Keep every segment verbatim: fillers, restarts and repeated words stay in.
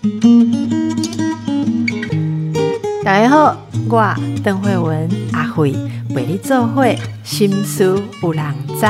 大家好，我邓惠文阿惠陪你做伙心思有人知。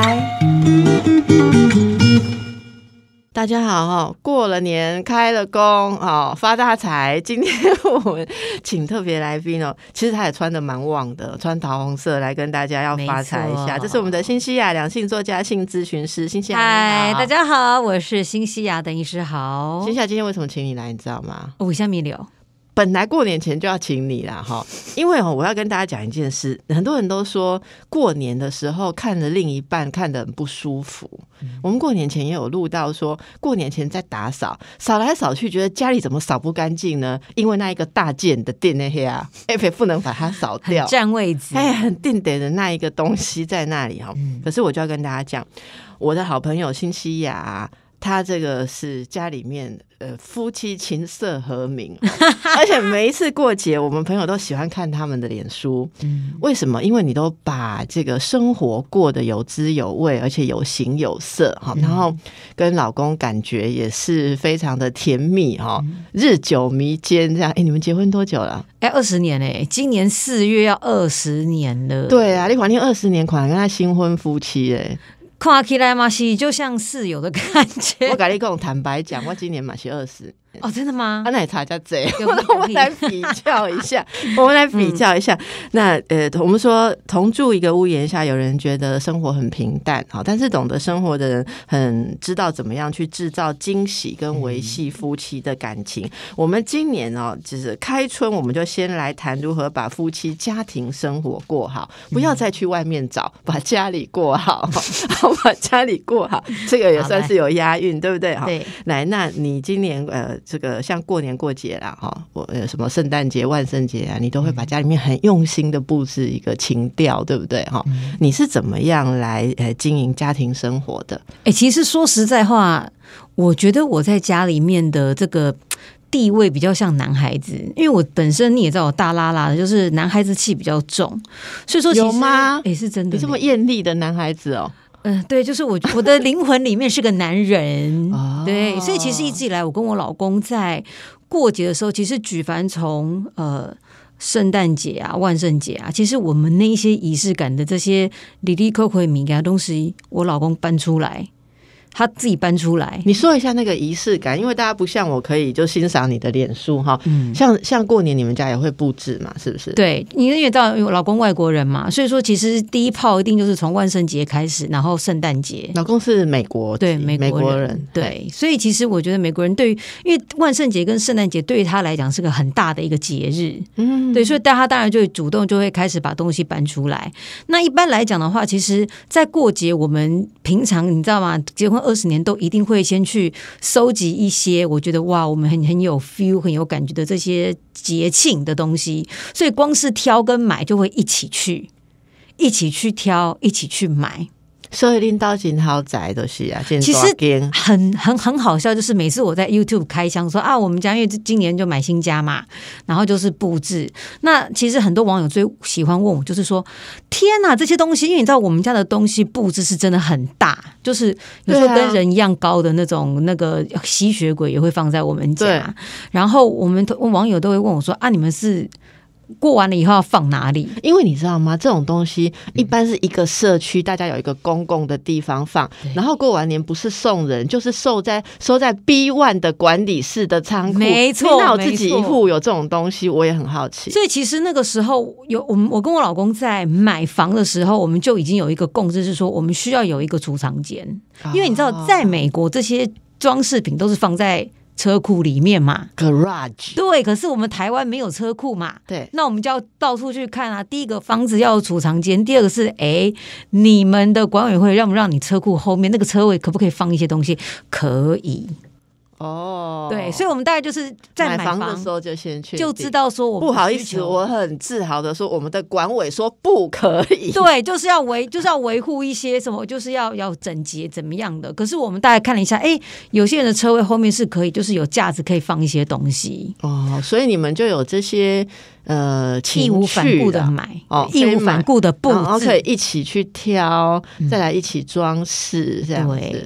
大家好哈，过了年开了工哦，发大财。今天我们请特别来宾哦，其实他也穿得蛮旺的，穿桃红色来跟大家要发财一下。这是我们的新西亚两性作家、性咨询师新西亚。 嗨，大家好，我是新西亚邓医师好。 新西亚今天为什么请你来，你知道吗？ 我下面聊。 本来过年前就要请你啦哈，因为我要跟大家讲一件事，很多人都说过年的时候看着另一半看得很不舒服。嗯、我们过年前也有录到说，过年前在打扫，扫来扫去，觉得家里怎么扫不干净呢？因为那一个大件的店那些啊，哎，不能把它扫掉， 很占位置， 哎，很定得的那一个东西在那里哈。嗯、可是我就要跟大家讲，我的好朋友新西亚，他这个是家里面呃夫妻琴瑟和鸣，而且每一次过节，我们朋友都喜欢看他们的脸书。嗯，为什么？因为你都把这个生活过得有滋有味，而且有形有色哈。然后跟老公感觉也是非常的甜蜜哈，嗯、日久弥坚这样。哎，你们结婚多久了？ 哎，二十年嘞！今年四月要二十年了。 对啊，你怀念二十年，可能跟他新婚夫妻哎。 看起来嘛是就像室友的感觉。 我跟你讲，坦白讲，我今年嘛是二十。 哦，真的吗？ 啊，那也差价贼。我们来比较一下，我们来比较一下。嗯、那呃，我们说同住一个屋檐下，有人觉得生活很平淡，好，但是懂得生活的人很知道怎么样去制造惊喜跟维系夫妻的感情。嗯、我们今年哦，就是开春，我们就先来谈如何把夫妻家庭生活过好，不要再去外面找，把家里过好，好把家里过好，这个也算是有押韵，对不对？ 对， 来，那你今年呃。这个像过年过节啦，哈，我呃什么圣诞节、万圣节啊，你都会把家里面很用心的布置一个情调，对不对？哈、嗯，你是怎么样来呃经营家庭生活的？ 哎、欸，其实说实在话，我觉得我在家里面的这个地位比较像男孩子，因为我本身你也知道我大拉拉的，就是男孩子气比较重，所以说其实有吗？ 哎、欸，是真的， 你这么艳丽的男孩子哦。 嗯、呃，对，就是我我的灵魂里面是个男人，哦、对，所以其实一直以来，我跟我老公在过节的时候，其实举凡从呃圣诞节啊、万圣节啊，其实我们那一些仪式感的这些里里扣扣的米的东西，我老公搬出来。他自己搬出来。 你说一下那个仪式感，因为大家不像我可以就欣赏你的脸书哈、嗯，像像过年你们家也会布置嘛，是不是？ 对，因为知道我老公外国人嘛，所以说其实第一炮一定就是从万圣节开始，然后圣诞节。 老公是美国， 对美国 人, 美国人，对，所以其实我觉得美国人对于，因为万圣节跟圣诞节对于他来讲是个很大的一个节日，嗯，对，所以他当然就会主动就会开始把东西搬出来。那一般来讲的话，其实，在过节我们平常你知道吗？结婚二十年都一定会先去收集一些我觉得哇我们很很有 feel 很有感觉的这些节庆的东西，所以光是挑跟买就会一起去一起去挑一起去买。 所以恁家真豪宅就是啊， 其实很很很好笑，就是每次我在 YouTube 开箱说啊，我们家因为今年就买新家嘛，然后就是布置。那其实很多网友最喜欢问我，就是说天哪，这些东西，因为你知道我们家的东西布置是真的很大，就是有时候跟人一样高的那种那个吸血鬼也会放在我们家。然后我们网友都会问我说啊，你们是过完了以后要放哪里？ 因为你知道吗？这种东西一般是一个社区，大家有一个公共的地方放，然后过完年不是送人，就是收在收在 B 一 的管理室的仓库。 没错， 那我自己一户有这种东西，我也很好奇。 所以其实那个时候有我们，我跟我老公在买房的时候，我们就已经有一个共识，是说我们需要有一个储藏间，哦、因为你知道，在美国这些装饰品都是放在车库里面嘛 ，garage 对，可是我们台湾没有车库嘛， 对， 那我们就要到处去看啊。第一个房子要有储藏间，第二个是哎，你们的管委会让不让你车库后面那个车位可不可以放一些东西？可以。哦，对，所以我们大概就是在买房的时候就先去就知道说我不好意思，我很自豪的说，我们的管委说不可以， 对，就是要维就是要维护一些什么，就是要要整洁怎么样的。可是我们大概看了一下，哎，有些人的车位后面是可以，就是有架子可以放一些东西哦，所以你们就有这些呃义无反顾的买，哦，义无反顾的布置， 然后可以一起去挑，再来一起装饰这样子。 对，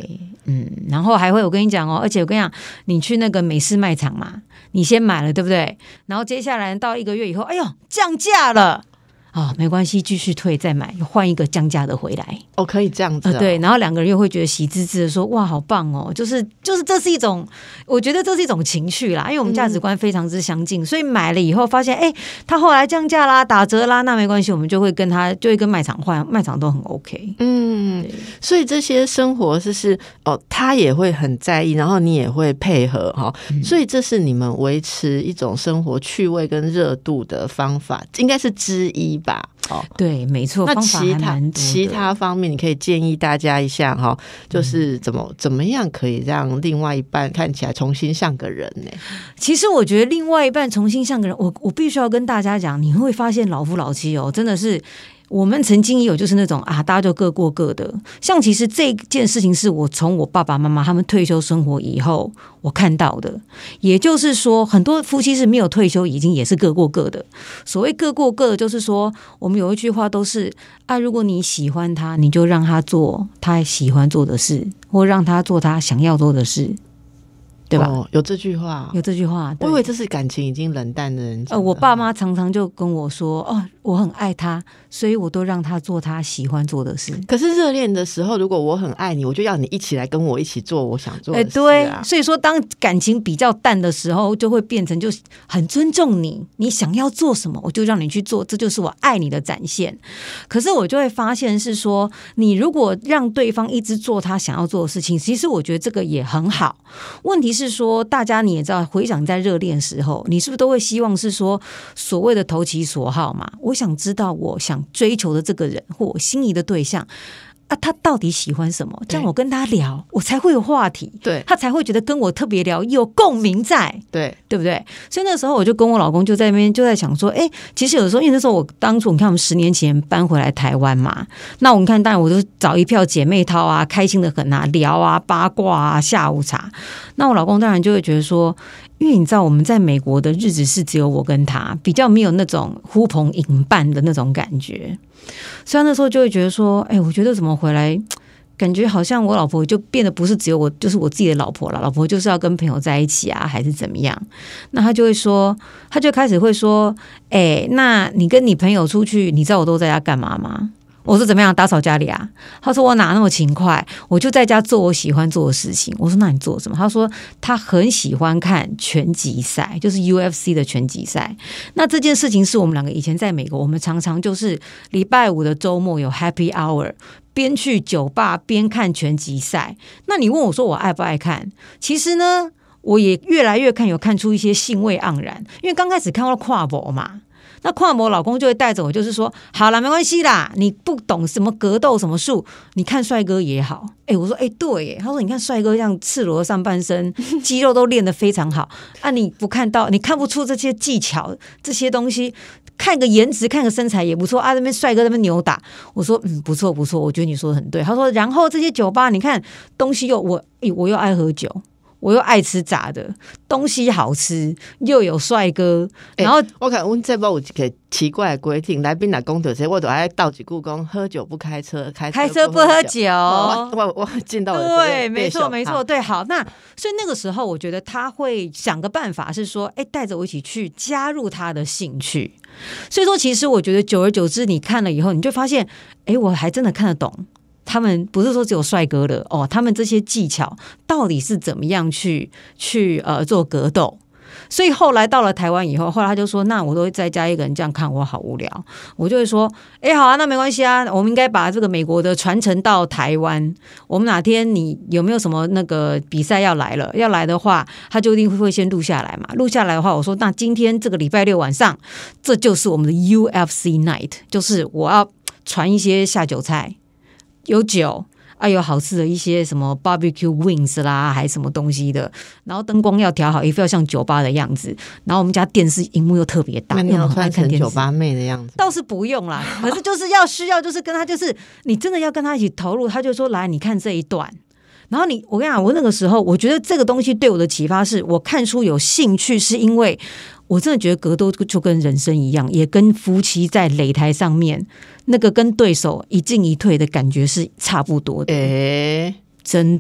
嗯，然后还会我跟你讲哦，而且我跟你讲，你去那个美式卖场嘛，你先买了对不对？然后接下来到一个月以后，哎呦降价了。哦，没关系，继续退再买，换一个降价的回来。 哦，可以这样子、哦呃。对，然后两个人又会觉得喜滋滋的说：“哇，好棒哦！”就是就是这是一种，我觉得这是一种情绪啦，因为我们价值观非常之相近，嗯、所以买了以后发现，哎，他后来降价啦、打折啦，那没关系，我们就会跟他就会跟卖场换，卖场都很 OK。 嗯，所以这些生活就是哦，他也会很在意，然后你也会配合哈、哦嗯，所以这是你们维持一种生活趣味跟热度的方法，应该是之一。吧哦， 对，没错。 那其他其他方面，你可以建议大家一下哈，就是怎么、嗯、怎么样可以让另外一半看起来重新像个人呢？ 其实我觉得另外一半重新像个人，我我必须要跟大家讲，你会发现老夫老妻哦，真的是。我们曾经也有就是那种啊，大家就各过各的。像其实这件事情是我从我爸爸妈妈他们退休生活以后我看到的，也就是说很多夫妻是没有退休，已经也是各过各的。所谓各过各的，就是说我们有一句话都是啊，如果你喜欢他，你就让他做他喜欢做的事，或让他做他想要做的事。对吧、 哦？有这句话， 有这句话。 我以为这是感情已经冷淡的人。 呃，我爸妈常常就跟我说：“哦，我很爱他，所以我都让他做他喜欢做的事。” 可是热恋的时候，如果我很爱你，我就要你一起来跟我一起做我想做的事、啊。 欸、对，所以说当感情比较淡的时候，就会变成就很尊重你，你想要做什么，我就让你去做，这就是我爱你的展现。可是我就会发现是说，你如果让对方一直做他想要做的事情，其实我觉得这个也很好。问题是说，大家你也知道，回想在热恋时候，你是不是都会希望是说所谓的投其所好嘛？我想知道我想追求的这个人或我心仪的对象啊，他到底喜欢什么？这样我跟他聊，我才会有话题， 对， 他才会觉得跟我特别聊有共鸣在， 对， 对不对？所以那时候我就跟我老公就在那边就在想说，哎，其实有的时候，因为那时候我当初你看我们十年前搬回来台湾嘛，那我们看当然我就找一票姐妹淘啊，开心的很啊，聊啊，八卦啊，下午茶。那我老公当然就会觉得说，因为你知道我们在美国的日子是只有我跟他，比较没有那种呼朋引伴的那种感觉。所以那时候就会觉得说，哎，我觉得怎么回来，感觉好像我老婆就变得不是只有我，就是我自己的老婆了。老婆就是要跟朋友在一起啊，还是怎么样？那他就会说，他就开始会说，哎，那你跟你朋友出去，你知道我都在家干嘛吗？我说怎么样打扫家里啊？他说我哪那么勤快，我就在家做我喜欢做的事情。我说那你做什么？他说他很喜欢看拳击赛，就是 U F C 的拳击赛。那这件事情是我们两个以前在美国，我们常常就是礼拜五的周末有 Happy Hour， 边去酒吧边看拳击赛。那你问我说我爱不爱看？其实呢，我也越来越看，有看出一些兴味盎然，因为刚开始看到跨博嘛。那跨模老公就会带着我，就是说好啦，没关系啦，你不懂什么格斗什么术，你看帅哥也好。哎，我说哎，对耶，他说你看帅哥这样赤裸的上半身，肌肉都练得非常好啊，你不看到，你看不出这些技巧这些东西，看个颜值看个身材也不错啊，那边帅哥那边扭打。我说嗯，不错不错，我觉得你说的很对。他说然后这些酒吧你看东西又我我又爱喝酒，我又爱吃炸的东西，好吃又有帅哥，然后、欸、 我看我这边有一个奇怪的规定，来宾来公投时，我都爱倒几句讲喝酒不开车，开车 不, 开车不喝酒。 我我我进到了对，没错没错，对，好，那所以那个时候我觉得他会想个办法，是说，哎，带着我一起去加入他的兴趣。所以说，其实我觉得久而久之，你看了以后，你就发现，哎，我还真的看得懂。他们不是说只有帅哥的哦，他们这些技巧到底是怎么样去去呃做格斗？所以后来到了台湾以后，后来他就说：“那我都会再加一个人这样看，我好无聊。”我就会说：“哎，好啊，那没关系啊，我们应该把这个美国的传承到台湾。我们哪天你有没有什么那个比赛要来了？要来的话，他就一定会先录下来嘛。录下来的话，我说那今天这个礼拜六晚上，这就是我们的 U F C night， 就是我要传一些下酒菜。”有酒啊，有好吃的一些什么 barbecue wings 啦，还什么东西的，然后灯光要调好，一副要像酒吧的样子，然后我们家电视荧幕又特别大， 那你要穿成酒吧妹的样子？ 倒是不用啦，可是就是要需要，就是跟他，就是你真的要跟他一起投入，他就说来，你看这一段。然后你，我跟你讲，我那个时候，我觉得这个东西对我的启发是，我看出有兴趣，是因为我真的觉得格斗就跟人生一样，也跟夫妻在擂台上面那个跟对手一进一退的感觉是差不多的。 欸， 真的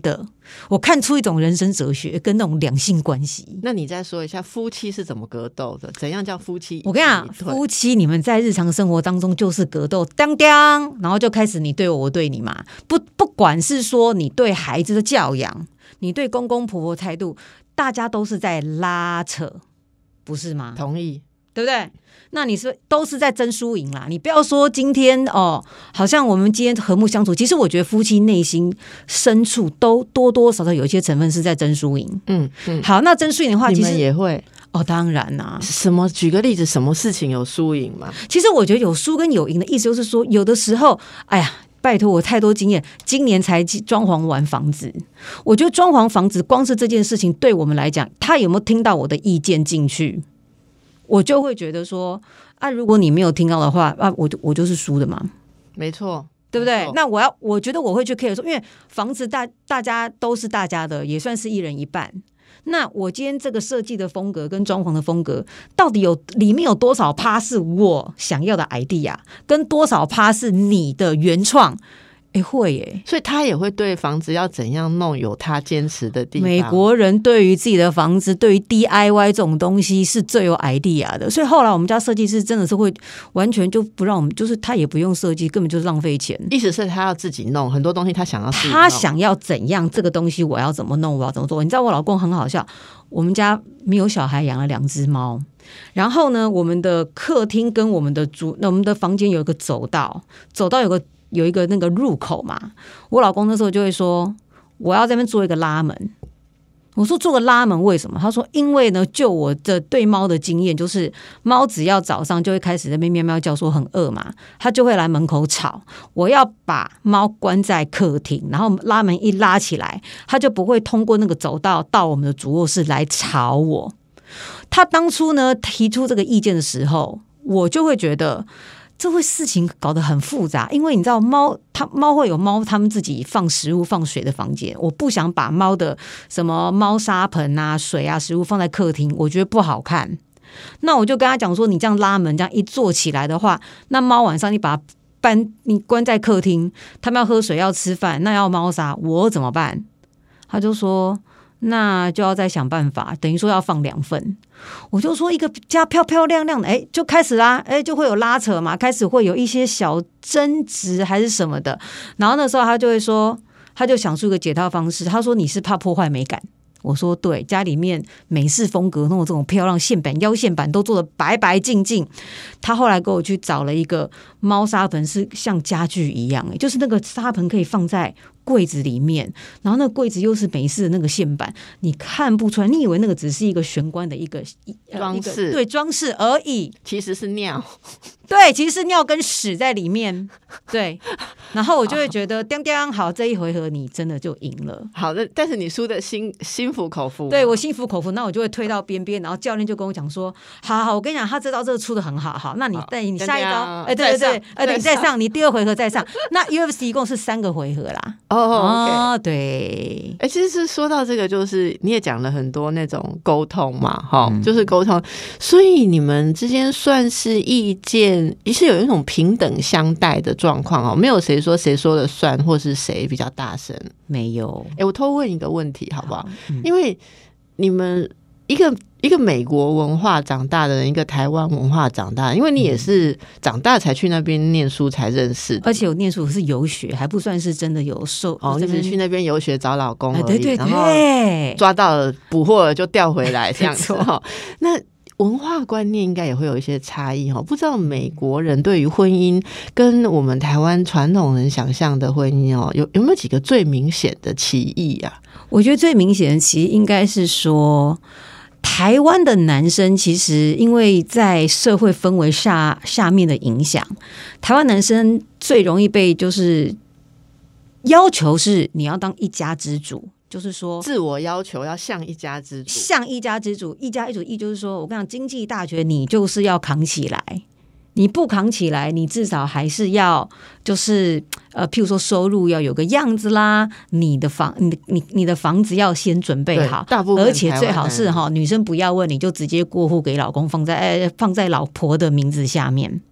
我看出一种人生哲学跟那种两性关系。 那你再说一下夫妻是怎么格斗的？怎样叫夫妻？ 我跟你讲，夫妻你们在日常生活当中就是格斗，当当，然后就开始你对我，我对你嘛。不不管是说你对孩子的教养，你对公公婆婆态度，大家都是在拉扯，不是吗？ 同意， 对不对？那你是都是在争输赢啦。你不要说今天哦，好像我们今天和睦相处，其实我觉得夫妻内心深处都多多少少有一些成分是在争输赢。嗯嗯，好，那争输赢的话，其实你们也会哦，当然啦、啊。 什么？举个例子，什么事情有输赢吗？ 其实我觉得有输跟有赢的意思就是说，有的时候，哎呀。拜托我太多经验，今年才装潢完房子，我觉得装潢房子光是这件事情对我们来讲，他有没有听到我的意见进去，我就会觉得说啊，如果你没有听到的话啊，我就我就是输的嘛， 没错， 对不对？那我要我觉得我会去 care 说，因为房子大大家都是大家的，也算是一人一半。那我今天这个设计的风格跟装潢的风格，到底有里面有多少趴是我想要的 idea， 跟多少趴是你的原创？哎，会耶， 所以他也会对房子要怎样弄有他坚持的地方。 美国人对于自己的房子，对于 D I Y 这种东西是最有 idea 的，所以后来我们家设计师真的是会完全就不让我们，就是他也不用设计，根本就是浪费钱。 意思是他要自己弄很多东西，他想要自己弄， 他想要怎样，这个东西我要怎么弄，我要怎么做。你知道我老公很好笑，我们家没有小孩，养了两只猫。然后呢，我们的客厅跟我们的主，我们的房间有一个走道，走道有个。有一个那个入口嘛，我老公那时候就会说我要在那边做一个拉门。我说做个拉门为什么？他说因为呢，就我的对猫的经验，就是猫只要早上就会开始在那边喵喵叫，说很饿嘛，它就会来门口吵。我要把猫关在客厅，然后拉门一拉起来，它就不会通过那个走道到我们的主卧室来吵我。他当初呢提出这个意见的时候，我就会觉得。这会事情搞得很复杂，因为你知道猫，它猫会有猫他们自己放食物、放水的房间。我不想把猫的什么猫砂盆啊、水啊、食物放在客厅，我觉得不好看。那我就跟他讲说，你这样拉门，这样一做起来的话，那猫晚上你把它搬，你关在客厅，他们要喝水、要吃饭，那要猫砂，我怎么办？他就说。那就要再想办法，等于说要放两份。我就说一个家漂漂亮亮的，哎，就开始啦，哎，就会有拉扯嘛，开始会有一些小争执还是什么的。然后那时候他就会说，他就想出一个解套方式。他说你是怕破坏美感。我说对，家里面美式风格那种这种漂亮线板、腰线板都做得白白净净。他后来给我去找了一个猫砂盆，是像家具一样，就是那个砂盆可以放在柜子里面，然后那个柜子又是美式的那个线板，你看不出来，你以为那个只是一个玄关的一个装饰， 对，装饰而已， 其实是尿。 对，其实是尿跟屎在里面。对，然后我就会觉得，叮叮，好，这一回合你真的就赢了。 好的，但是你输的心心服口服。 对，我心服口服，那我就会推到边边，然后教练就跟我讲说：“好好好，我跟你讲，他这招这个出的很好，好，那你对你下一招，哎，对对对，哎，对，你再上，你第二回合再上。那 U F C 一共是三个回合啦。 哦哦， 对， 哎，其实说到这个，就是你也讲了很多那种沟通嘛，哈、嗯，就是沟通，所以你们之间算是意见。也是有一种平等相待的状况哦，没有谁说谁说了算，或是谁比较大声， 没有。 哎，我偷问一个问题好不好？好嗯、因为你们一个一个美国文化长大的人，一个台湾文化长大的，因为你也是长大才去那边念书才认识的， 而且我念书是游学，还不算是真的有受哦，你只是去那边游学找老公而已， 哎、对对对， 然后抓到了捕获了就调回来这样子哈。那文化观念应该也会有一些差异，不知道美国人对于婚姻跟我们台湾传统人想象的婚姻有有没有几个最明显的歧义啊？ 我觉得最明显的歧义应该是说，台湾的男生其实因为在社会氛围下下面的影响，台湾男生最容易被就是要求是你要当一家之主。就是说自我要求要像一家之主， 像一家之主，一家一主义就是说，我跟你讲，经济大权你就是要扛起来，你不扛起来，你至少还是要就是呃，譬如说收入要有个样子啦，你的房你你你的房子要先准备好， 大部分而且最好是哈，女生不要问，你就直接过户给老公，放在、呃、放在老婆的名字下面。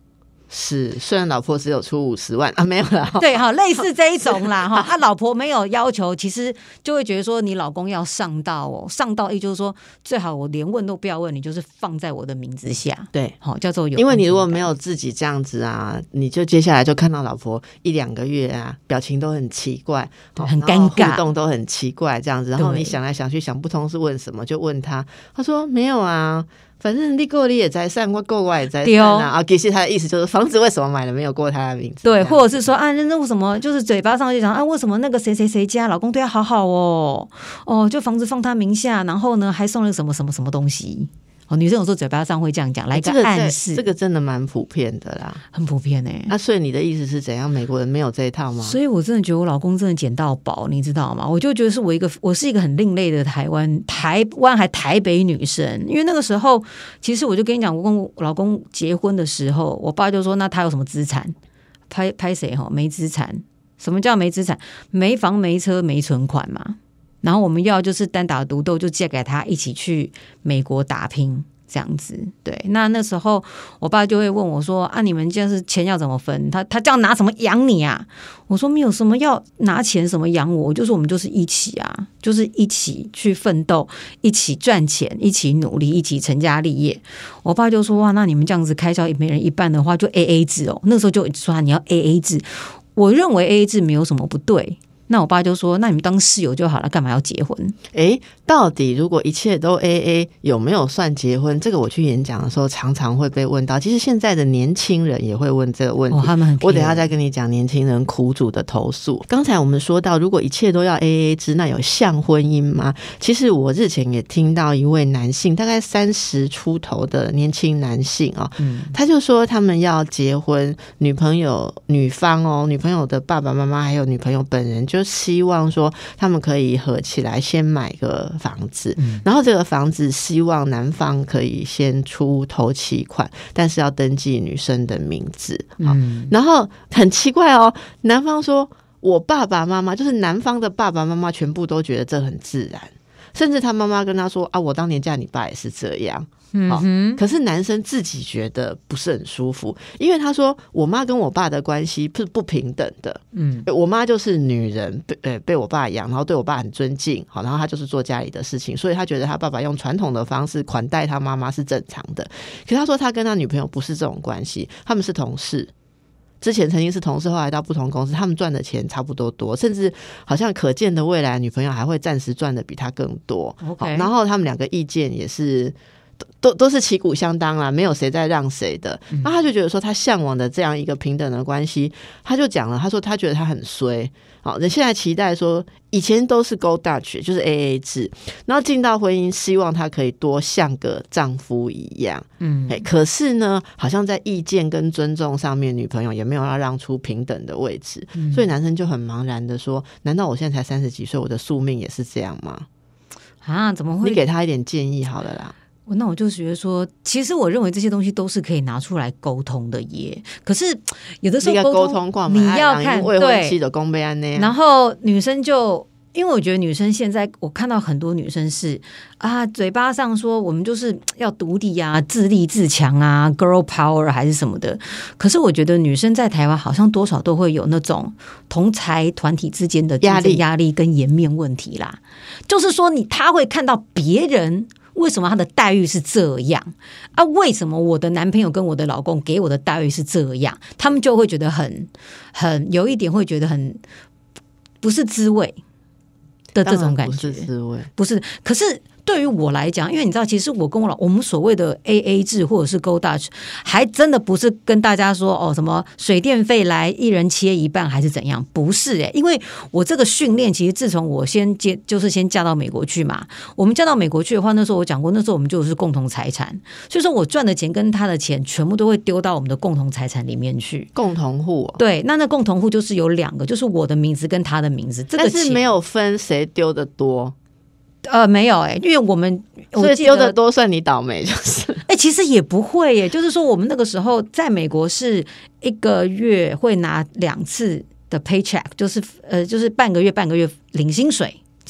是，虽然老婆只有出五十万啊，没有啦， 对哈，类似这一种啦哈。啊，老婆没有要求，其实就会觉得说你老公要上道哦，上道意就是说最好我连问都不要问你，就是放在我的名字下， 对， 好叫做有。 因为你如果没有自己这样子啊，你就接下来就看到老婆一两个月啊，表情都很奇怪， 很尴尬， 互动都很奇怪这样子，然后你想来想去想不通是问什么，就问他，他说没有啊。反正你过你也在散，我过我也在散啊。啊，其实他的意思就是房子为什么买了没有过他的名字？ 对，或者是说啊，那为什么就是嘴巴上就讲啊，为什么那个谁谁谁家老公对他好好哦，哦，就房子放他名下，然后呢还送了什么什么什么东西。哦，女生有时候嘴巴上会这样讲，来一个暗示， 这个真的蛮普遍的啦， 很普遍哎、欸。 那、啊、所以你的意思是怎样？美国人没有这一套吗？ 所以我真的觉得我老公真的捡到宝，你知道吗？我就觉得是我一个，我是一个很另类的台湾台湾还台北女生，因为那个时候，其实我就跟你讲，我跟我老公结婚的时候，我爸就说，那他有什么资产？拍拍谁哈？没资产？什么叫没资产？没房没车没存款嘛。然后我们要就是单打独斗，就借给他一起去美国打拼这样子。对，那那时候我爸就会问我说啊，你们这样是钱要怎么分？他他这样拿什么养你啊？我说没有什么要拿钱什么养我，我就说我们就是一起啊，就是一起去奋斗，一起赚钱，一起努力，一起成家立业。我爸就说哇，那你们这样子开销每人一半的话，就 A A 制哦。那时候就说你要 A A 制，我认为 A A 制没有什么不对。那我爸就说那你们当室友就好了，干嘛要结婚？ 诶，到底如果一切都 A A 有没有算结婚？这个我去演讲的时候常常会被问到，其实现在的年轻人也会问这个问题、 哦、他们很我等一下再跟你讲年轻人苦主的投诉。刚才我们说到如果一切都要 A A 制，那有像婚姻吗？其实我日前也听到一位男性大概三十出头的年轻男性、哦嗯、他就说他们要结婚，女朋友女方哦，女朋友的爸爸妈妈还有女朋友本人就希望说他们可以合起来先买个房子、嗯、然后这个房子希望男方可以先出头期款，但是要登记女生的名字、嗯、然后很奇怪哦，男方说我爸爸妈妈就是男方的爸爸妈妈全部都觉得这很自然，甚至他妈妈跟他说啊，我当年嫁你爸也是这样。嗯、可是男生自己觉得不是很舒服，因为他说我妈跟我爸的关系是不平等的、嗯、我妈就是女人 被,、呃、被我爸养，然后对我爸很尊敬，好，然后他就是做家里的事情，所以他觉得他爸爸用传统的方式款待他妈妈是正常的。可是他说他跟他女朋友不是这种关系，他们是同事，之前曾经是同事，后来到不同公司，他们赚的钱差不多多，甚至好像可见的未来女朋友还会暂时赚的比他更多、okay. 然后他们两个意见也是都都是旗鼓相当啦，没有谁在让谁的。那他就觉得说他向往的这样一个平等的关系，他就讲了，他说他觉得他很衰。好，人现在期待说以前都是 Go Dutch 就是 A A 制，然后进到婚姻希望他可以多像个丈夫一样。嗯，可是呢好像在意见跟尊重上面女朋友也没有要让出平等的位置、嗯、所以男生就很茫然的说，难道我现在才三十几岁，我的宿命也是这样吗？ 啊，怎么会？ 你给他一点建议好了啦。 那我就觉得说，其实我认为这些东西都是可以拿出来沟通的耶。可是有的时候沟通，你要看未婚妻的公备案那样， 然后女生就。因为我觉得女生现在，我看到很多女生是啊，嘴巴上说我们就是要独立啊、自立自强啊 ，girl power 还是什么的。可是我觉得女生在台湾好像多少都会有那种同才团体之间的竞争压力跟颜面问题啦。就是说你，他会看到别人为什么他的待遇是这样啊？为什么我的男朋友跟我的老公给我的待遇是这样？他们就会觉得很很有一点会觉得很不是滋味。的这种感觉不是滋味， 不是。可是对于我来讲，因为你知道，其实我跟我老我们所谓的 A A 制或者是 Go Dutch， 还真的不是跟大家说哦什么水电费来一人切一半还是怎样，不是哎、欸。因为我这个训练，其实自从我先接就是先嫁到美国去嘛，我们嫁到美国去的话，那时候我讲过，那时候我们就是共同财产，所以说我赚的钱跟他的钱全部都会丢到我们的共同财产里面去， 共同户、哦。 对，那那共同户就是有两个，就是我的名字跟他的名字，这个但是没有分谁丢的多。 呃，没有哎、欸，因为我们所以丢的多算你倒霉，就是哎、欸，其实也不会耶、欸，就是说我们那个时候在美国是一个月会拿两次的 paycheck， 就是呃就是半个月半个月领薪水这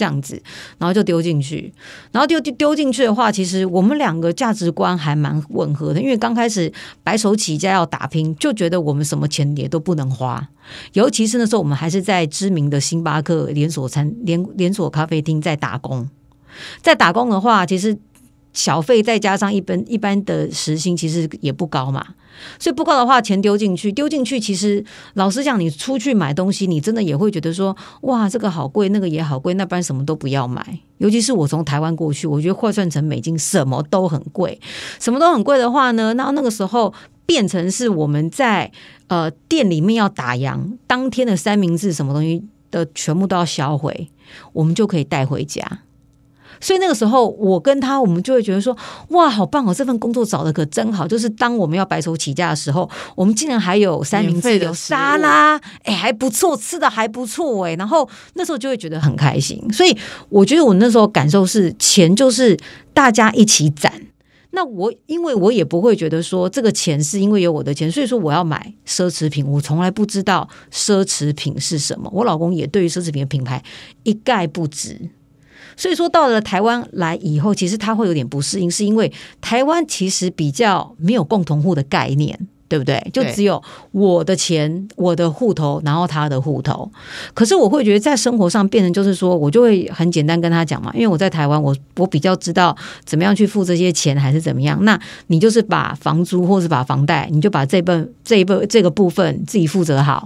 这样子，然后就丢进去，然后丢丢进去的话，其实我们两个价值观还蛮吻合的，因为刚开始白手起家要打拼，就觉得我们什么钱也都不能花，尤其是那时候我们还是在知名的星巴克连锁餐连连锁咖啡厅在打工，在打工的话，其实小费再加上一般一般的时薪，其实也不高嘛。所以不高的话，钱丢进去，丢进去，其实老实讲，你出去买东西，你真的也会觉得说，哇，这个好贵，那个也好贵，那不然什么都不要买。尤其是我从台湾过去，我觉得换算成美金，什么都很贵，什么都很贵的话呢，那那个时候变成是我们在呃店里面要打烊，当天的三明治什么东西的全部都要销毁，我们就可以带回家。所以那个时候我跟他我们就会觉得说，哇好棒哦，这份工作找的可真好，就是当我们要白手起家的时候，我们竟然还有三明治有沙拉，哎还不错，吃的还不错哎，然后那时候就会觉得很开心。所以我觉得我那时候感受是，钱就是大家一起攒，那我因为我也不会觉得说这个钱是因为有我的钱，所以说我要买奢侈品，我从来不知道奢侈品是什么，我老公也对于奢侈品的品牌一概不知。所以说到了台湾来以后，其实他会有点不适应，是因为台湾其实比较没有共同户的概念，对不对？就只有我的钱我的户头，然后他的户头。可是我会觉得在生活上变成就是说，我就会很简单跟他讲嘛，因为我在台湾我我比较知道怎么样去付这些钱还是怎么样，那你就是把房租或是把房贷，你就把这份这一部这个部分自己负责好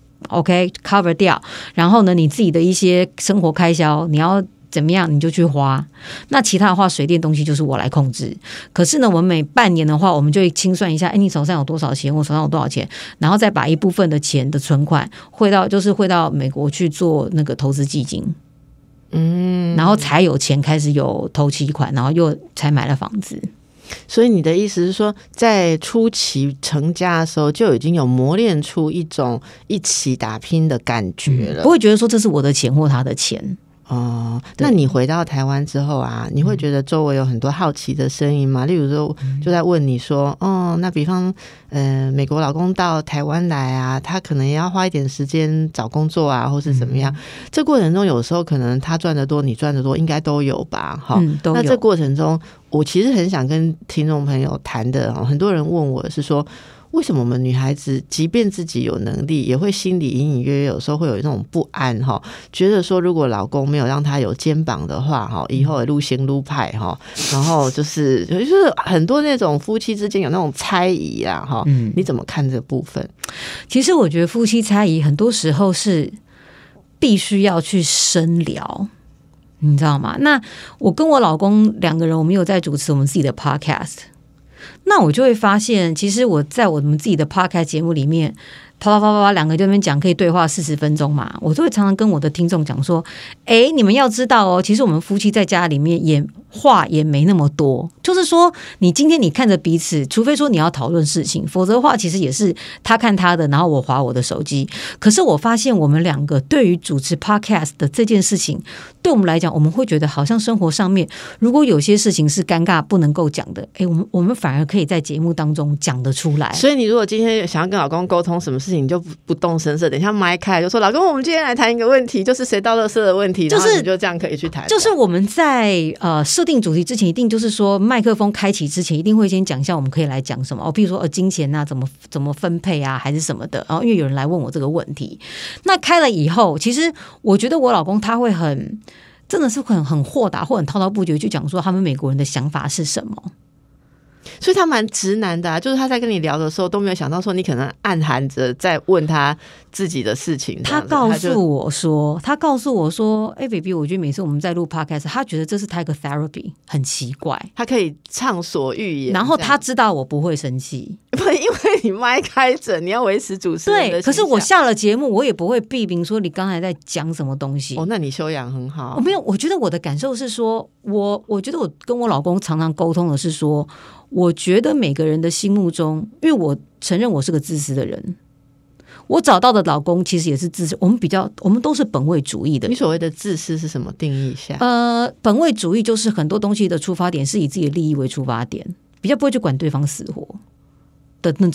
，OK cover 掉，然后呢你自己的一些生活开销你要怎么样你就去花，那其他的话水电东西就是我来控制。可是呢我们每半年的话我们就会清算一下，哎，你手上有多少钱，我手上有多少钱，然后再把一部分的钱的存款汇到就是汇到美国去做那个投资基金，嗯，然后才有钱开始有头期款，然后又才买了房子。 所以你的意思是说，在初期成家的时候就已经有磨练出一种一起打拼的感觉了， 嗯，不会觉得说这是我的钱或他的钱。 哦，那你回到台湾之后啊，你会觉得周围有很多好奇的声音吗？例如说就在问你说，哦，那比方呃，美国老公到台湾来啊，他可能也要花一点时间找工作啊，或是怎么样，嗯，这过程中有时候可能他赚得多你赚得多应该都有吧，嗯，都有。那这过程中我其实很想跟听众朋友谈的，很多人问我是说，为什么我们女孩子即便自己有能力也会心里隐隐约约有时候会有那种不安，觉得说如果老公没有让他有肩膀的话，以后路行路派，然后就是就是很多那种夫妻之间有那种猜疑啊，嗯，你怎么看这部分？ 其实我觉得夫妻猜疑很多时候是必须要去深聊，你知道吗？那我跟我老公两个人我们有在主持我们自己的 podcast，那我就会发现其实我在我们自己的 podcast 节目里面啪啪啪啪两个就在那边讲可以对话四十分钟嘛，我就会常常跟我的听众讲说，哎，你们要知道哦，其实我们夫妻在家里面也话也没那么多，就是说你今天你看着彼此，除非说你要讨论事情，否则的话其实也是他看他的，然后我滑我的手机。可是我发现我们两个对于主持 podcast 的这件事情，对我们来讲我们会觉得好像生活上面如果有些事情是尴尬不能够讲的，哎，我们我们反而可以在节目当中讲得出来。 所以你如果今天想要跟老公沟通什么事情，你就 不, 不动声色，等一下麦开就说，老公我们今天来谈一个问题，就是谁倒垃圾的问题，就是然后你就这样可以去谈。 就是我们在呃设定主题之前，一定就是说麦克风开启之前一定会先讲一下我们可以来讲什么，哦，比如说呃金钱啊怎么怎么分配啊还是什么的，然后因为有人来问我这个问题，那开了以后其实我觉得我老公他会很真的是很很豁达或很滔滔不绝去讲说他们美国人的想法是什么。 所以他蛮直男的啊，就是他在跟你聊的时候都没有想到说你可能暗含着在问他自己的事情。 他告诉我说他告诉我说哎、欸、baby 我觉得每次我们在录 podcast 他觉得这是他一个 therapy， 很奇怪， 他可以畅所欲言， 然后他知道我不会生气， 因为你麦开着你要维持主持人的形象。 对，可是我下了节目我也不会批评说你刚才在讲什么东西。 哦，那你修养很好。 我没有，我觉得我的感受是说我我觉得我跟我老公常常沟通的是说，我觉得每个人的心目中，因为我承认我是个自私的人，我找到的老公其实也是自私，我们比较我们都是本位主义的。 你所谓的自私是什么定义一下？ 呃，本位主义就是很多东西的出发点是以自己的利益为出发点，比较不会去管对方死活的那种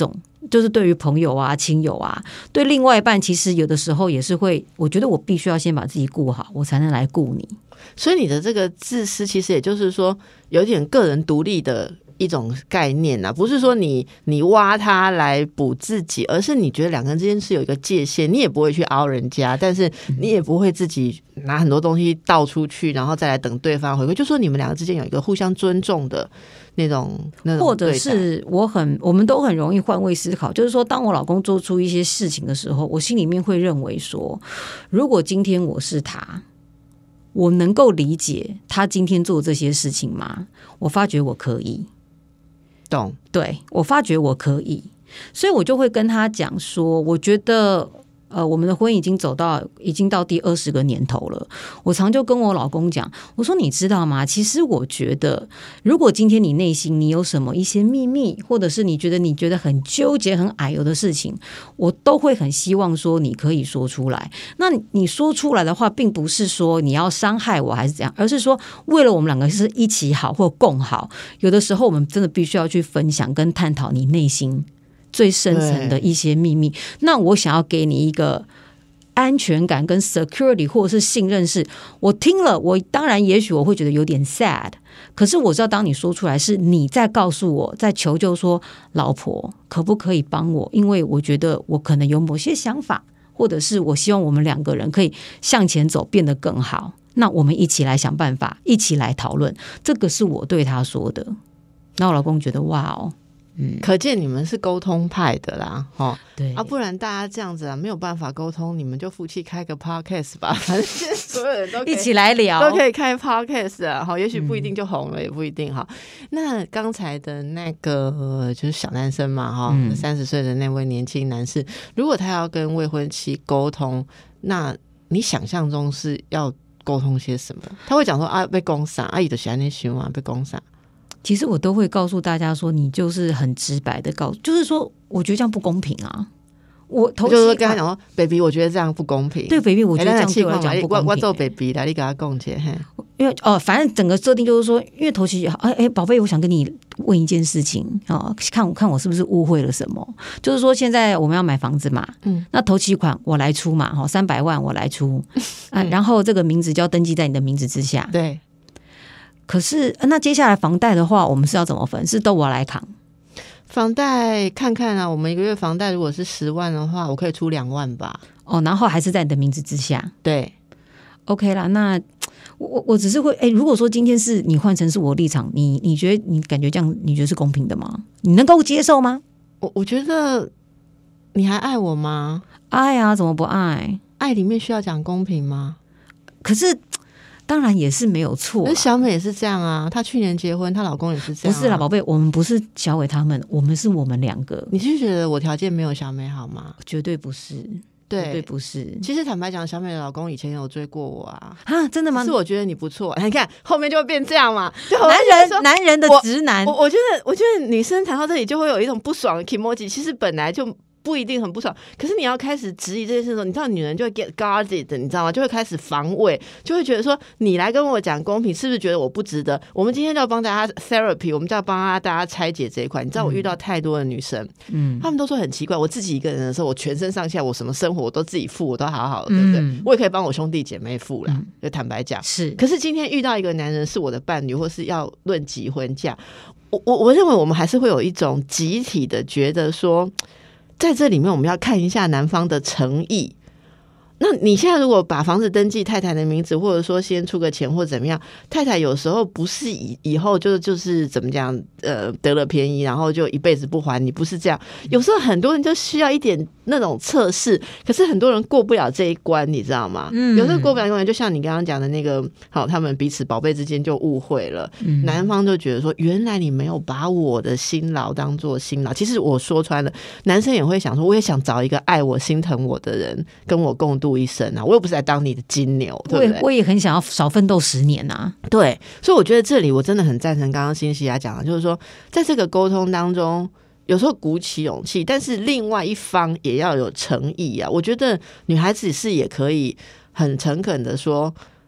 就是对于朋友啊、亲友啊，对另外一半，其实有的时候也是会，我觉得我必须要先把自己顾好，我才能来顾你。 所以你的这个自私，其实也就是说，有点个人独立的一种概念啊，不是说你你挖他来补自己，而是你觉得两个人之间是有一个界限，你也不会去凹人家，但是你也不会自己拿很多东西倒出去，然后再来等对方回馈，就说你们两个之间有一个互相尊重的那种，那种或者是我很我们都很容易换位思考，就是说当我老公做出一些事情的时候，我心里面会认为说，如果今天我是他，我能够理解他今天做这些事情吗？我发觉我可以， 懂， 对，我发觉我可以，所以我就会跟他讲说，我觉得呃，我们的婚姻已经走到已经到第二十个年头了。我常就跟我老公讲，我说你知道吗？其实我觉得，如果今天你内心你有什么一些秘密，或者是你觉得你觉得很纠结、很矮油的事情，我都会很希望说你可以说出来。那你说出来的话，并不是说你要伤害我还是怎样，而是说为了我们两个是一起好或共好。有的时候我们真的必须要去分享跟探讨你内心最深层的一些秘密，那我想要给你一个安全感跟 security 或者是信任，是我听了，我当然也许我会觉得有点 sad， 可是我知道当你说出来是你在告诉我，在求救说老婆可不可以帮我，因为我觉得我可能有某些想法，或者是我希望我们两个人可以向前走变得更好，那我们一起来想办法，一起来讨论，这个是我对他说的。那我老公觉得哇哦， 嗯，可见你们是沟通派的啦，哦， 对啊，不然大家这样子啊，没有办法沟通，你们就夫妻开个 podcast 吧，反正现在所有人都可以一起来聊， 都可以开 podcast 啊，好，也许不一定就红了，嗯、也不一定哈。那刚才的那个、呃、就是小男生嘛，哈、嗯，三十岁的那位年轻男士，如果他要跟未婚妻沟通，那你想象中是要沟通些什么？他会讲说啊，被攻杀，阿姨的喜欢那凶啊，被攻杀。 其实我都会告诉大家说，你就是很直白的告诉，就是说我觉得这样不公平啊。我头就是跟他讲说 baby 我觉得这样不公平， 对 baby 我觉得这样对我来讲不公平、欸、 我做 baby 来你给他讲解， 因为哦，反正整个设定就是说，因为头期哎哎，宝贝，我想跟你问一件事情啊、哦，看我看我是不是误会了什么？就是说现在我们要买房子嘛，嗯，那头期款我来出嘛，哈，三百万我来出、啊，然后这个名字就要登记在你的名字之下， 对。 可是那接下来房贷的话，我们是要怎么分？是都我来扛？ 房贷看看啊，我们一个月房贷如果是十万的话，我可以出两万吧。 哦，然后还是在你的名字之下。 对 ，OK 啦。那我我只是会，哎，如果说今天是你换成是我立场，你你觉得你感觉这样，你觉得是公平的吗？你能够接受吗？ 我我觉得你还爱我吗？ 爱啊，怎么不爱？ 爱里面需要讲公平吗？ 可是。当然也是没有错， 那小美也是这样啊，她去年结婚，她老公也是这样、啊。 不是啦，宝贝，我们不是小伟他们，我们是我们两个。 你是觉得我条件没有小美好吗？ 绝对不是， 对， 绝对不是。 其实坦白讲，小美的老公以前有追过我啊， 啊，真的吗？ 是我觉得你不错，你看后面就会变这样嘛。 男人，男人的直男， 我 我, 我觉得，我觉得女生谈到这里就会有一种不爽的 kimoji， 其实本来就。不一定很不爽，可是你要开始质疑这件事的时候，你知道女人就会 get guarded， 你知道吗？就会开始防卫，就会觉得说你来跟我讲公平，是不是觉得我不值得？我们今天就要帮大家 therapy， 我们就要帮大家拆解这一块。你知道我遇到太多的女生，嗯，她们都说很奇怪，我自己一个人的时候，我全身上下我什么生活我都自己付，我都好好的，对不对？嗯、我也可以帮我兄弟姐妹付啦，嗯、就坦白讲是。 可是今天遇到一个男人是我的伴侣，或是要论及婚嫁，我我我认为我们还是会有一种集体的觉得说。在这里面我们要看一下男方的诚意，那你现在如果把房子登记太太的名字，或者说先出个钱或怎么样，太太有时候不是以以后就就是怎么讲呃得了便宜然后就一辈子不还你，不是这样，有时候很多人就需要一点那种测试，可是很多人过不了这一关，你知道吗？嗯，有时候过不了一关，就像你刚刚讲的那个，好，他们彼此宝贝之间就误会了，嗯、男方就觉得说原来你没有把我的辛劳当作辛劳，其实我说穿了，男生也会想说我也想找一个爱我心疼我的人跟我共度一生啊，我又不是来当你的金牛，对不对？ 我也很想要少奋斗十年啊。 对，所以我觉得这里我真的很赞成刚刚辛西亚讲的，就是说在这个沟通当中有时候鼓起勇气，但是另外一方也要有诚意啊。我觉得女孩子是也可以很诚恳的说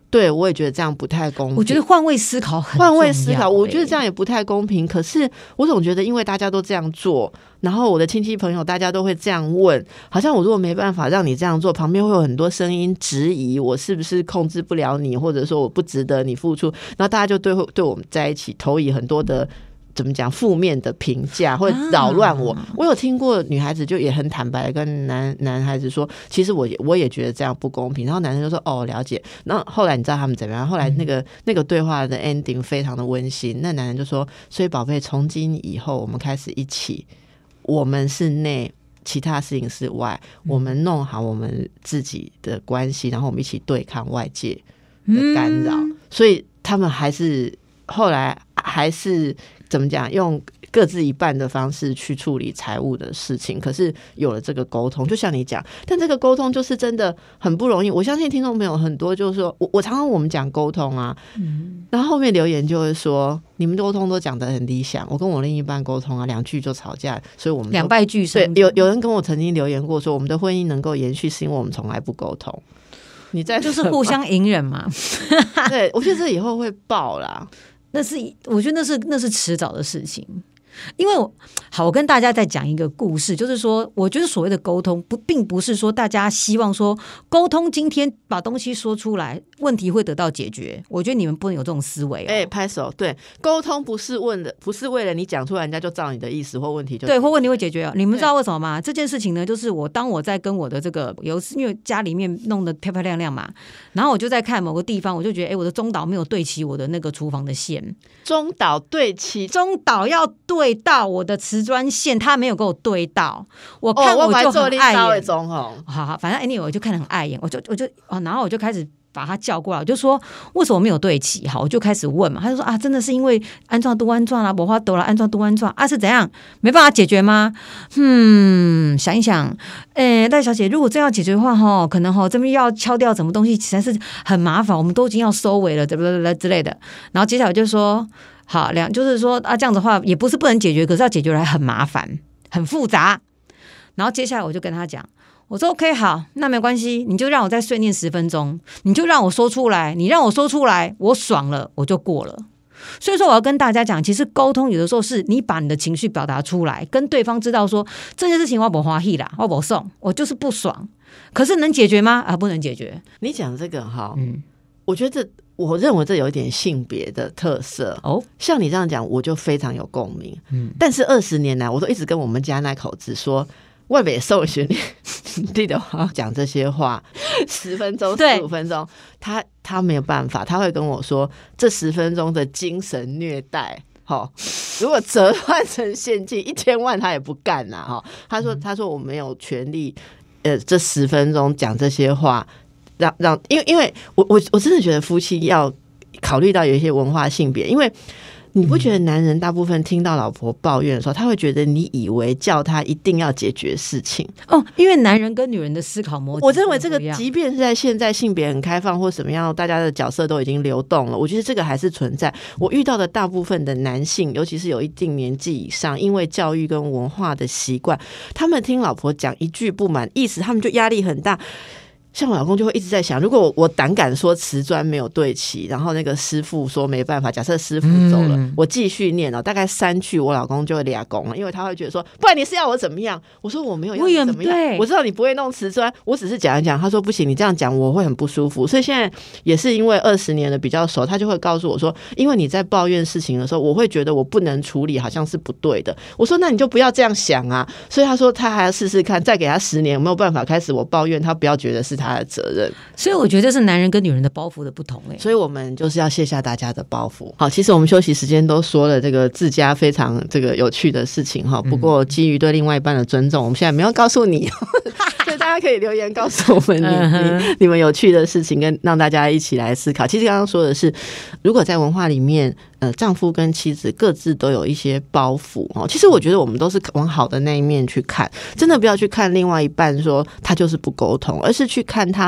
对，我也觉得这样不太公平。 我觉得换位思考很重要、欸、 换位思考我觉得这样也不太公平，可是我总觉得因为大家都这样做，然后我的亲戚朋友大家都会这样问，好像我如果没办法让你这样做，旁边会有很多声音质疑我是不是控制不了你，或者说我不值得你付出，然后大家就对对我们在一起投以很多的怎么讲负面的评价，会扰乱我、啊、我有听过女孩子就也很坦白跟男男孩子说，其实我也我也觉得这样不公平，然后男生就说哦了解，然后后来你知道他们怎么样，后来那个、嗯、那个对话的 ending 非常的温馨，那男人就说，所以宝贝从今以后我们开始一起，我们是内其他事情是外、嗯、我们弄好我们自己的关系，然后我们一起对抗外界的干扰、嗯、所以他们还是后来还是怎么讲，用各自一半的方式去处理财务的事情，可是有了这个沟通，就像你讲，但这个沟通就是真的很不容易。我相信听众朋友很多就是说，我我常常我们讲沟通啊、嗯、然后后面留言就会说你们沟通都讲得很理想，我跟我另一半沟通啊两句就吵架，所以我们两败俱伤。 对，有有人跟我曾经留言过说，我们的婚姻能够延续是因为我们从来不沟通。你在就是互相隐忍嘛对，我觉得这以后会爆啦， 那是我觉得那是那是迟早的事情。因为我好，我跟大家再讲一个故事，就是说我觉得所谓的沟通不并不是说大家希望说沟通今天把东西说出来问题会得到解决，我觉得你们不能有这种思维、哦、 哎、欸，拍手。对，沟通不是问的不是为了你讲出来人家就照你的意思或问题就对或问题会解决、哦、你们知道为什么吗？这件事情呢，就是我当我在跟我的这个有因为家里面弄得漂漂亮亮嘛，然后我就在看某个地方，我就觉得哎、欸，我的中岛没有对齐我的那个厨房的线， 中岛对齐， 中岛要对到我的瓷砖线，他没有给我对到，我看我就很碍眼。 哦、 好好，反正 anyway 我就看得很碍眼，我就我就哦，然后我就开始把他叫过来，我就说为什么没有对齐？好，我就开始问嘛，他就说啊，真的是因为安装都安装啦，我花多了安装都安装啊，是怎样没办法解决吗？嗯，想一想，诶，赖小姐，如果真要解决的话，哈，可能哈这边要敲掉什么东西，实在是很麻烦，我们都已经要收尾了，对不对之类的。然后接下来就说。好，两就是说啊，这样子的话也不是不能解决，可是要解决来很麻烦，很复杂。然后接下来我就跟他讲，我说 OK 好，那没关系，你就让我再碎念十分钟，你就让我说出来，你让我说出来，我爽了，我就过了。所以说我要跟大家讲，其实沟通有的时候是你把你的情绪表达出来，跟对方知道说这件事情我不欢喜啦，我不送，我就是不爽。可是能解决吗？啊，不能解决。 你讲这个哈，嗯，我觉得这。我认为这有一点性别的特色哦，像你这样讲，我就非常有共鸣。嗯，但是二十年来，我都一直跟我们家那口子说，外北受训练，记得我讲这些话，十分钟、十五分钟，他他没有办法，他会跟我说，这十分钟的精神虐待，哦，如果折换成现金，一千万他也不干呐，哈。他说，他说我没有权利，呃，这十分钟讲这些话。让让，因为因为我我我真的觉得夫妻要考虑到有一些文化性别，因为你不觉得男人大部分听到老婆抱怨的时候，他会觉得你以为叫他一定要解决事情哦？因为男人跟女人的思考模式， 我认为这个即便是在现在性别很开放或什么样，大家的角色都已经流动了，我觉得这个还是存在。我遇到的大部分的男性，尤其是有一定年纪以上，因为教育跟文化的习惯，他们听老婆讲一句不满意思，他们就压力很大。像我老公就会一直在想，如果我胆敢说瓷砖没有对齐，然后那个师傅说没办法，假设师傅走了，嗯、我继续念哦，大概三句，我老公就会俩拱了，因为他会觉得说，不然你是要我怎么样？我说我没有要你怎么样，我知道你不会弄瓷砖，我只是讲一讲。他说不行，你这样讲我会很不舒服。所以现在也是因为二十年的比较熟，他就会告诉我说，因为你在抱怨事情的时候，我会觉得我不能处理，好像是不对的。我说那你就不要这样想啊。所以他说他还要试试看，再给他十年有没有办法开始我抱怨，他不要觉得是他的责任。 所以我觉得这是男人跟女人的包袱的不同、欸、 所以我们就是要卸下大家的包袱。好，其实我们休息时间都说了这个自家非常这个有趣的事情哈，不过基于对另外一半的尊重，我们现在没有告诉你所以大家可以留言告诉我们你你你们有趣的事情，跟让大家一起来思考。其实刚刚说的是，如果在文化里面呃，丈夫跟妻子各自都有一些包袱哦。其实我觉得我们都是往好的那一面去看，真的不要去看另外一半说他就是不沟通，而是去看他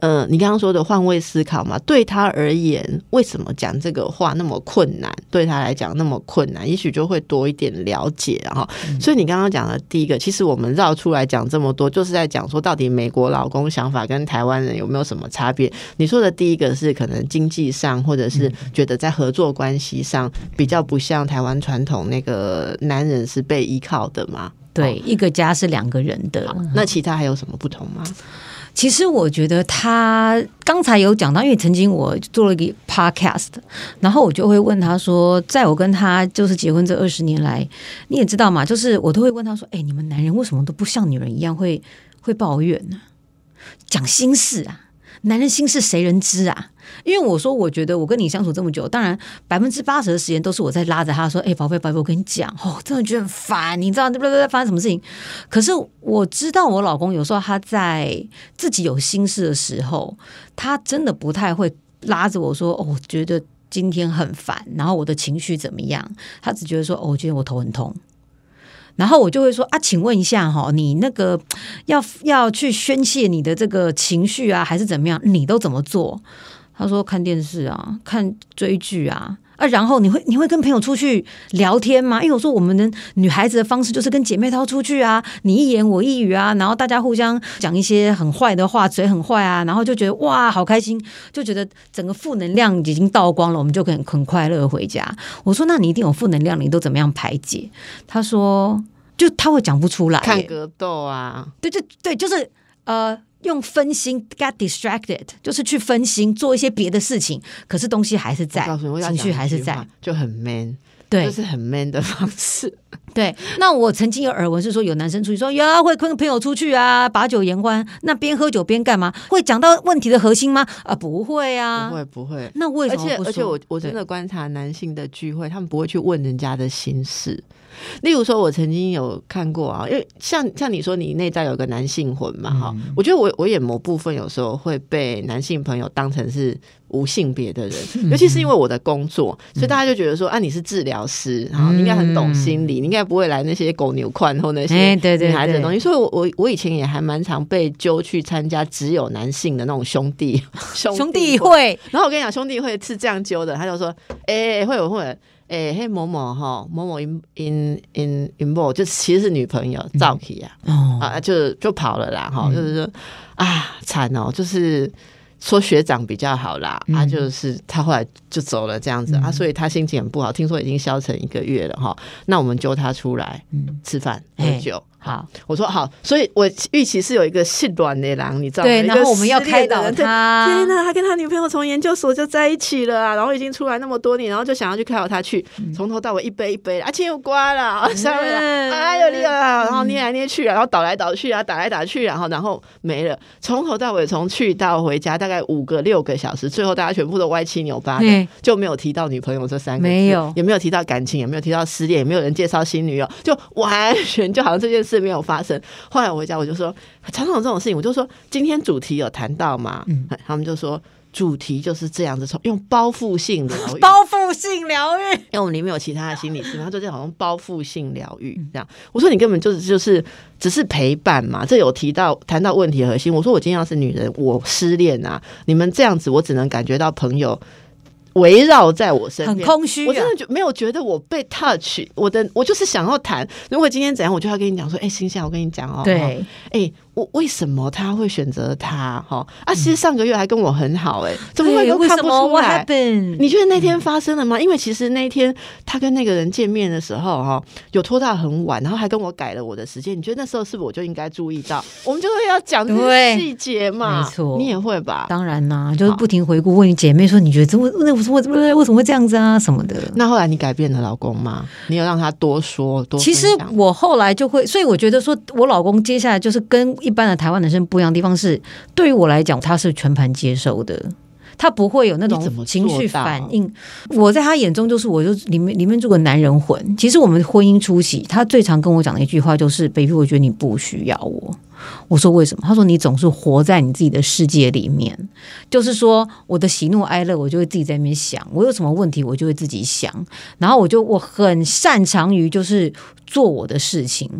呃，你刚刚说的换位思考嘛，对他而言，为什么讲这个话那么困难？对他来讲那么困难，也许就会多一点了解哈。嗯、所以你刚刚讲的第一个，其实我们绕出来讲这么多，就是在讲说到底美国劳工想法跟台湾人有没有什么差别？你说的第一个是可能经济上，或者是觉得在合作关系上比较不像台湾传统那个男人是被依靠的嘛？ 对，一个家是两个人的。 那其他还有什么不同吗？ 其实我觉得他刚才有讲到，因为曾经我做了一个 podcast， 然后我就会问他说，在我跟他就是结婚这二十年来，你也知道嘛，就是我都会问他说，哎、欸，你们男人为什么都不像女人一样会会抱怨呢？讲心事啊，男人心事谁人知啊？因为我说，我觉得我跟你相处这么久，当然百分之八十的时间都是我在拉着他说：“哎、欸，宝贝，宝贝，我跟你讲，哦，真的觉得很烦，你知道对不对？发生什么事情？”可是我知道我老公有时候他在自己有心事的时候，他真的不太会拉着我说：“哦，我觉得今天很烦，然后我的情绪怎么样？”他只觉得说：“哦，我觉得我头很痛。”然后我就会说啊，请问一下哈，你那个要要去宣泄你的这个情绪啊，还是怎么样？你都怎么做？他说看电视啊，看追剧啊，啊，然后你会你会跟朋友出去聊天吗？因为我说我们的女孩子的方式就是跟姐妹淘出去啊，你一言我一语啊，然后大家互相讲一些很坏的话，嘴很坏啊，然后就觉得哇好开心，就觉得整个负能量已经倒光了，我们就可以很快乐回家。我说那你一定有负能量，你都怎么样排解？他说就他会讲不出来， 看格斗啊， 对对对，就是呃。用分心 get distracted， 就是去分心做一些别的事情，可是东西还是在，情绪还是在， 就很 man， 对， 就是很 man 的方式。 对，那我曾经有耳闻是说有男生出去说呀会跟朋友出去啊，把酒言欢，那边喝酒边干嘛？会讲到问题的核心吗？啊，不会啊， 不会不会。 那为什么不说？ 而且而且我我真的观察男性的聚会，他们不会去问人家的心事。例如说我曾经有看过啊，因为像像你说你内在有个男性魂嘛哈、嗯，我觉得我我也某部分有时候会被男性朋友当成是无性别的人、嗯、尤其是因为我的工作、嗯、所以大家就觉得说啊你是治疗师，然后你应该很懂心理、嗯、你应该不会来那些狗牛款或那些女孩子的东西、欸、对对对，所以我我我以前也还蛮常被揪去参加只有男性的那种兄弟兄弟, 兄弟会，然后我跟你讲兄弟会是这样揪的，他就说哎、欸、会有会有哎、欸，嘿某某哈某某 in in in in 某，就其实是女朋友赵琪啊、嗯，啊就就跑了啦哈、嗯，就是说啊惨哦，就是说学长比较好啦，嗯、啊就是他后来就走了这样子、嗯、啊，所以他心情很不好，听说已经消沉一个月了哈，那我们揪他出来、嗯、吃饭喝酒。好，我说好，所以我预期是有一个性软的狼，你知道吗？ 对，然后我们要开导他。 天哪，他跟他女朋友从研究所就在一起了啊，然后已经出来那么多年，然后就想要去开导他去，从、嗯、头到尾一杯一杯，啊，亲有瓜啦，上面啦，哎呦厉害啦，然后捏来捏去，然后倒来倒去啊，打来打去，然后然后没了，从头到尾从去到回家大概五个六个小时，最后大家全部都歪七扭八的，就没有提到女朋友这三个字，没有，也没有提到感情，也没有提到失恋，也没有人介绍新女友，就完全就好像这件事没有发生。后来我回家我就说常常有这种事情，我就说今天主题有谈到吗、嗯、他们就说主题就是这样子，用包覆性疗愈， 包覆性疗愈， 因为我们里面有其他的心理师，他就这样好像包覆性疗愈这样。我说你根本就是就是只是陪伴嘛，这有提到谈到问题核心。我说我今天要是女人，我失恋啊，你们这样子，我只能感觉到朋友围绕在我身边， 很空虚、啊， 我真的没有觉得我被 touch， 我的我就是想要谈。如果今天怎样，我就要跟你讲说，哎、欸，欣夏，我跟你讲哦， 对， 哎、欸，我为什么他会选择他？哈啊，其实上个月还跟我很好、欸，哎，怎么会都看不出来？你觉得那天发生了吗？因为其实那天他跟那个人见面的时候，哈，有拖到很晚，然后还跟我改了我的时间。你觉得那时候是不是我就应该注意到？我们就会要讲这些细节嘛，没错，你也会吧？ 当然啦、啊，就是不停回顾，问你姐妹说，你觉得怎么那我说为什么为什么会这样子啊什么的？ 那后来你改变了老公吗？你有让他多说多？ 其实我后来就会，所以我觉得说我老公接下来就是跟一般的台湾男生不一样的地方是，对于我来讲，他是全盘接受的。他不会有那种情绪反应，我在他眼中就是我就里面里面住个男人魂。其实我们婚姻初期，他最常跟我讲的一句话就是：“baby， 我觉得你不需要我。”我说为什么？他说你总是活在你自己的世界里面，就是说我的喜怒哀乐，我就会自己在那边想，我有什么问题，我就会自己想，然后我就我很擅长于就是做我的事情。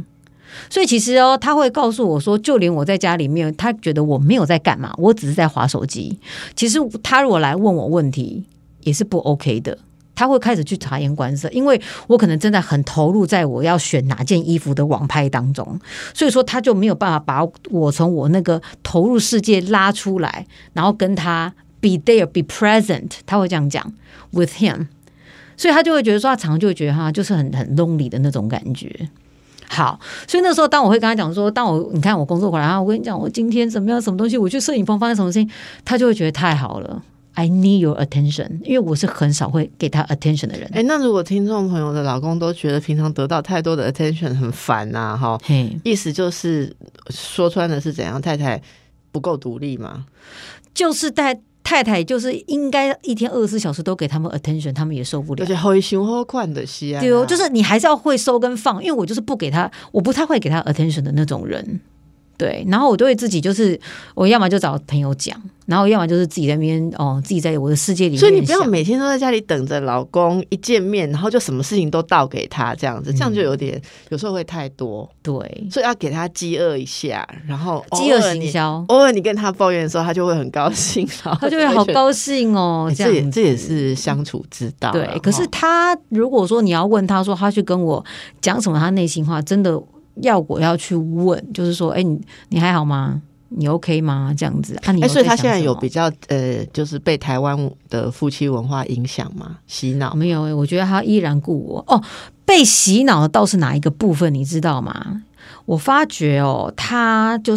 所以其实哦，他会告诉我说，就连我在家里面，他觉得我没有在干嘛，我只是在滑手机。其实他如果来问我问题，也是不 OK 的。他会开始去察言观色，因为我可能真的很投入在我要选哪件衣服的网拍当中，所以说他就没有办法把我从我那个投入世界拉出来，然后跟他 be there be present， 他会这样讲 with him， 所以他就会觉得说，他常常就会觉得他就是很很 lonely 的那种感觉。好，所以那时候当我会跟他讲说，当我你看我工作回来，我跟你讲我今天怎么样什么东西，我去摄影棚发生什么事情，他就会觉得太好了。I need your attention， 因为我是很少会给他 attention 的人。 哎，那如果听众朋友的老公都觉得平常得到太多的 attention 很烦啊，哈，意思就是说穿的是怎样？太太不够独立吗？ 就是太太太就是应该一天二十四小时都给他们 attention， 他们也受不了。 而且会想好看的是啊， 对哦，就是你还是要会收跟放，因为我就是不给他，我不太会给他 attention 的那种人。对，然后我都会自己就是我要么就找朋友讲，然后要么就是自己在那边哦，自己在我的世界里面。 所以你不要每天都在家里等着老公一见面，然后就什么事情都倒给他这样子，这样就有点、嗯、有时候会太多。 对， 所以要给他饥饿一下，然后饥饿行销。 偶尔你跟他抱怨的时候，他就会很高兴， 他就会好高兴哦。 欸、这也这也是相处之道。 对，可是他如果说你要问他说他去跟我讲什么他内心话，真的。要我要去问，就是说，哎、欸，你你还好吗？你 OK 吗？这样子啊你， 哎、欸，所以他现在有比较呃，就是被台湾的夫妻文化影响吗？洗脑没有、欸？我觉得他依然顾我哦。被洗脑的倒是哪一个部分？你知道吗？我发觉哦，他就是。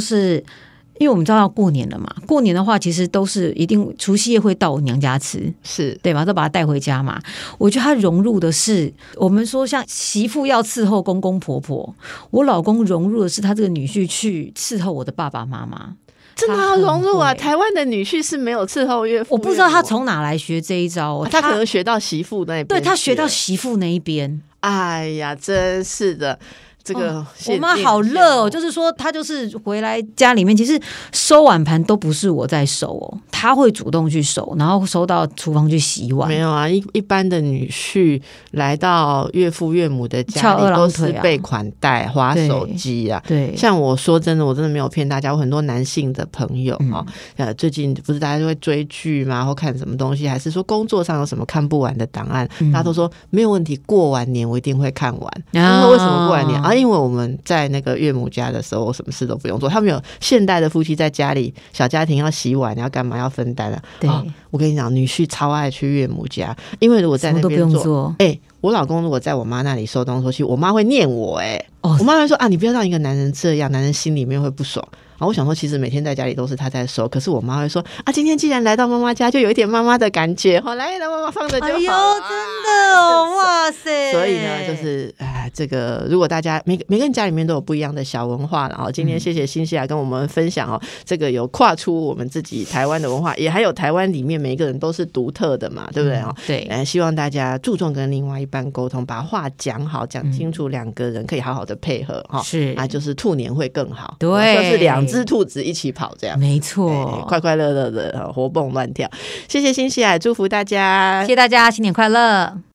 因为我们知道要过年了嘛，过年的话其实都是一定除夕夜会到我娘家吃， 是对吧？都把他带回家嘛。我觉得他融入的是我们说像媳妇要伺候公公婆婆，我老公融入的是他这个女婿去伺候我的爸爸妈妈。 真的好融入啊！台湾的女婿是没有伺候岳父， 我不知道他从哪来学这一招、 啊、他可能学到媳妇那边， 对他学到媳妇那一边。 哎呀，真是的。这个、哦、 我妈好热哦，就是说她就是回来家里面，其实收碗盘都不是我在收哦，她会主动去收，然后收到厨房去洗碗。 没有啊，一一般的女婿来到岳父岳母的家里都是被款待、滑手机啊。 对， 像我说真的，我真的没有骗大家，我很多男性的朋友啊、嗯呃，最近不是大家都会追剧吗？或看什么东西，还是说工作上有什么看不完的档案？嗯、大家都说没有问题，过完年我一定会看完。然后为什么过完年啊？因为我们在那个岳母家的时候，我什么事都不用做。他们有现代的夫妻在家里小家庭要洗碗，要干嘛要分担啊？ 对、 哦，我跟你讲，女婿超爱去岳母家，因为如果在那边做，哎、欸，我老公如果在我妈那里收东收西，我妈会念我、欸，哎、哦，我妈会说啊，你不要让一个男人这样，男人心里面会不爽。啊，我想说，其实每天在家里都是他在收，可是我妈会说啊，今天既然来到妈妈家，就有一点妈妈的感觉，好来，让妈妈放着就好了。哎呦， 真的哦，哇塞！ 所以呢，就是哎，这个如果大家每每个人家里面都有不一样的小文化，然后今天谢谢新西来跟我们分享哦，这个有跨出我们自己台湾的文化，也还有台湾里面每一个人都是独特的嘛，对不对哦？ 嗯、对， 哎，希望大家注重跟另外一半沟通，把话讲好讲清楚，两个人可以好好的配合哈， 是啊，就是兔年会更好， 对， 就是两只兔子一起跑这样， 没错、 欸，快快乐乐的活蹦乱跳。谢谢新西来，祝福大家， 谢谢大家，新年快乐。